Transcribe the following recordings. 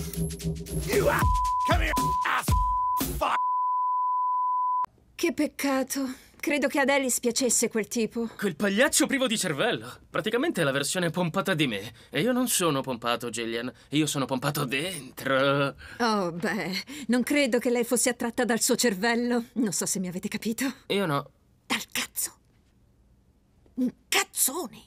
Come here, ass fuck! Che peccato. Credo che ad Alice piacesse quel tipo. Quel pagliaccio privo di cervello. Praticamente è la versione pompata di me. E io non sono pompato, Gillian. Io sono pompato dentro. Oh, beh, non credo che lei fosse attratta dal suo cervello. Non so se mi avete capito. Io no. Dal cazzo. Un cazzone.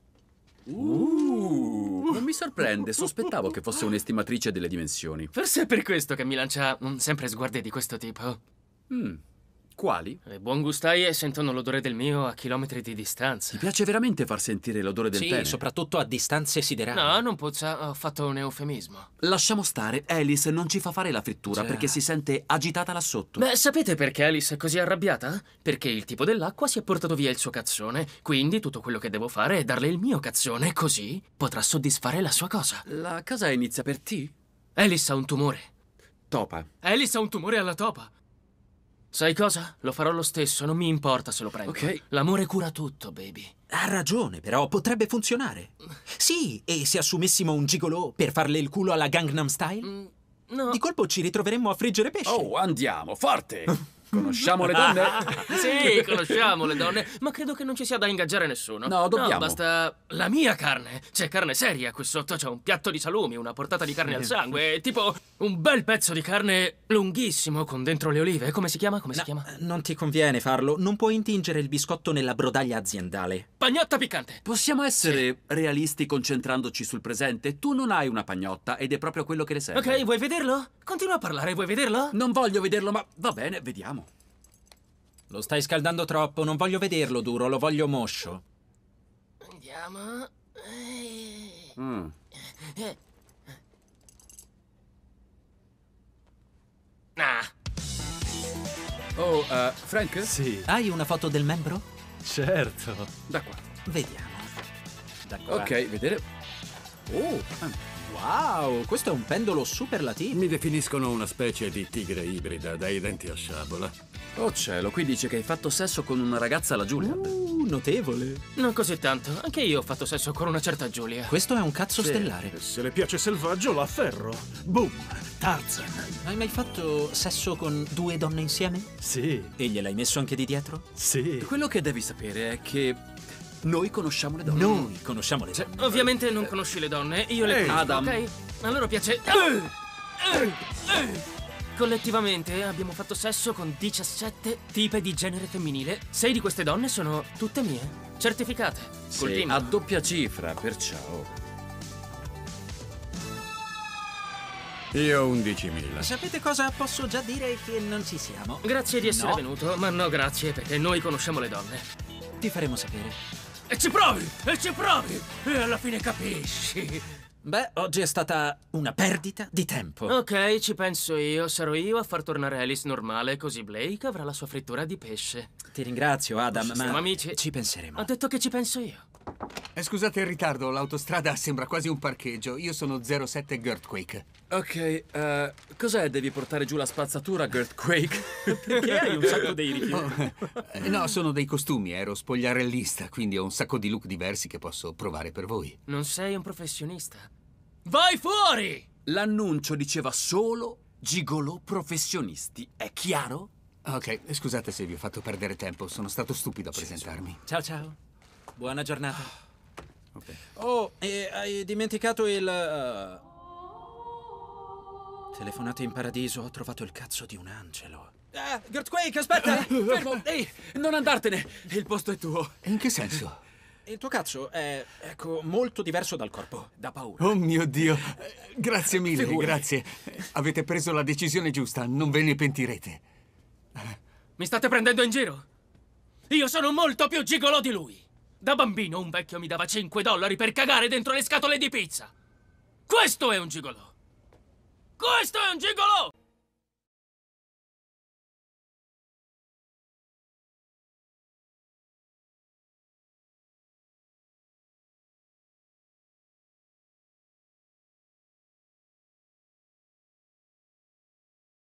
Non mi sorprende, sospettavo che fosse un'estimatrice delle dimensioni. Forse è per questo che mi lancia sempre sguardi di questo tipo. Quali? Le buon gustaie sentono l'odore del mio a chilometri di distanza. Ti piace veramente far sentire l'odore del pene? Sì, soprattutto a distanze siderali. No, non puzza, ho fatto un eufemismo. Lasciamo stare, Alice non ci fa fare la frittura Già. perché si sente agitata là sotto. Beh, sapete perché Alice è così arrabbiata? Perché il tipo dell'acqua si è portato via il suo cazzone. Quindi tutto quello che devo fare è darle il mio cazzone, così potrà soddisfare la sua cosa. La casa inizia per T? Alice ha un tumore. Topa. Alice ha un tumore alla topa. Sai cosa? Lo farò lo stesso, non mi importa se lo prendo. Ok. L'amore cura tutto, baby. Ha ragione, però potrebbe funzionare. Sì, e se assumessimo un gigolò per farle il culo alla Gangnam Style? No. Di colpo ci ritroveremmo a friggere pesce. Oh, andiamo, forte! Conosciamo le donne? Sì, conosciamo le donne, ma credo che non ci sia da ingaggiare nessuno. No, dobbiamo. No, basta la mia carne. C'è carne seria qui sotto, c'è un piatto di salumi, una portata di carne al sangue, tipo un bel pezzo di carne lunghissimo con dentro le olive. Come si chiama? Come si chiama? Non ti conviene farlo, non puoi intingere il biscotto nella brodaglia aziendale. Pagnotta piccante. Possiamo essere realisti concentrandoci sul presente? Tu non hai una pagnotta ed è proprio quello che le serve. Ok, vuoi vederlo? Continua a parlare, vuoi vederlo? Non voglio vederlo, ma va bene, vediamo. Lo stai scaldando troppo, non voglio vederlo duro, lo voglio moscio. Andiamo. Ah. Oh, Frank? Sì, Hai una foto del membro? certo. Da qua. Vediamo. Da qua. Ok, vedere. Oh, wow, questo è un pendolo superlativo. Mi definiscono una specie di tigre ibrida dai denti a sciabola. Oh cielo, qui dice che hai fatto sesso con una ragazza alla Juilliard. Notevole. Non così tanto, anche io ho fatto sesso con una certa Giulia. Questo è un cazzo stellare. E se le piace selvaggio, la afferro. Boom! Tarzan. Hai mai fatto sesso con 2 donne insieme? Sì, E gliel'hai messo anche di dietro? sì. Quello che devi sapere è che noi conosciamo le donne. Noi conosciamo le donne. Ovviamente non conosci le donne, io le Ehi, conosco, Adam. ok? A loro piace... Collettivamente abbiamo fatto sesso con 17 tipe di genere femminile. 6 di queste donne sono tutte mie, certificate. Col Sì, timbro. a doppia cifra, perciò. Io 11.000. Sapete cosa? Posso già dire che non ci siamo. Grazie di essere No. venuto, ma no grazie, perché noi conosciamo le donne. Ti faremo sapere. E ci provi! E ci provi! E alla fine capisci! Beh, oggi è stata una perdita di tempo. Ok, ci penso io. Sarò io a far tornare Alice normale, così Blake avrà la sua frittura di pesce. Ti ringrazio, Adam, Siamo ma amici. ci penseremo. Ho detto che ci penso io. Scusate il ritardo, l'autostrada sembra quasi un parcheggio. Io sono 07 Girthquake. Ok, cos'è? Devi portare giù la spazzatura, Girthquake? Perché hai un sacco dei rifiuti? No, sono dei costumi, ero spogliarellista, quindi ho un sacco di look diversi che posso provare per voi. Non sei un professionista. Vai fuori! L'annuncio diceva solo gigolò professionisti, è chiaro? Ok, scusate se vi ho fatto perdere tempo, sono stato stupido a presentarmi. Ciao, ciao. Buona giornata. Ok. Oh, e hai dimenticato il... Telefonato in paradiso, ho trovato il cazzo di un angelo. Girthquake, aspetta! Fermo! Ehi, non andartene! Il posto è tuo. In che senso? Il tuo cazzo è, ecco, molto diverso dal corpo. Da paura. Oh mio Dio, grazie mille, Figurati. grazie. Avete preso la decisione giusta, non ve ne pentirete. Mi state prendendo in giro? Io sono molto più gigolò di lui. Da bambino un vecchio mi dava $5 per cagare dentro le scatole di pizza. Questo è un gigolò. Questo è un gigolò!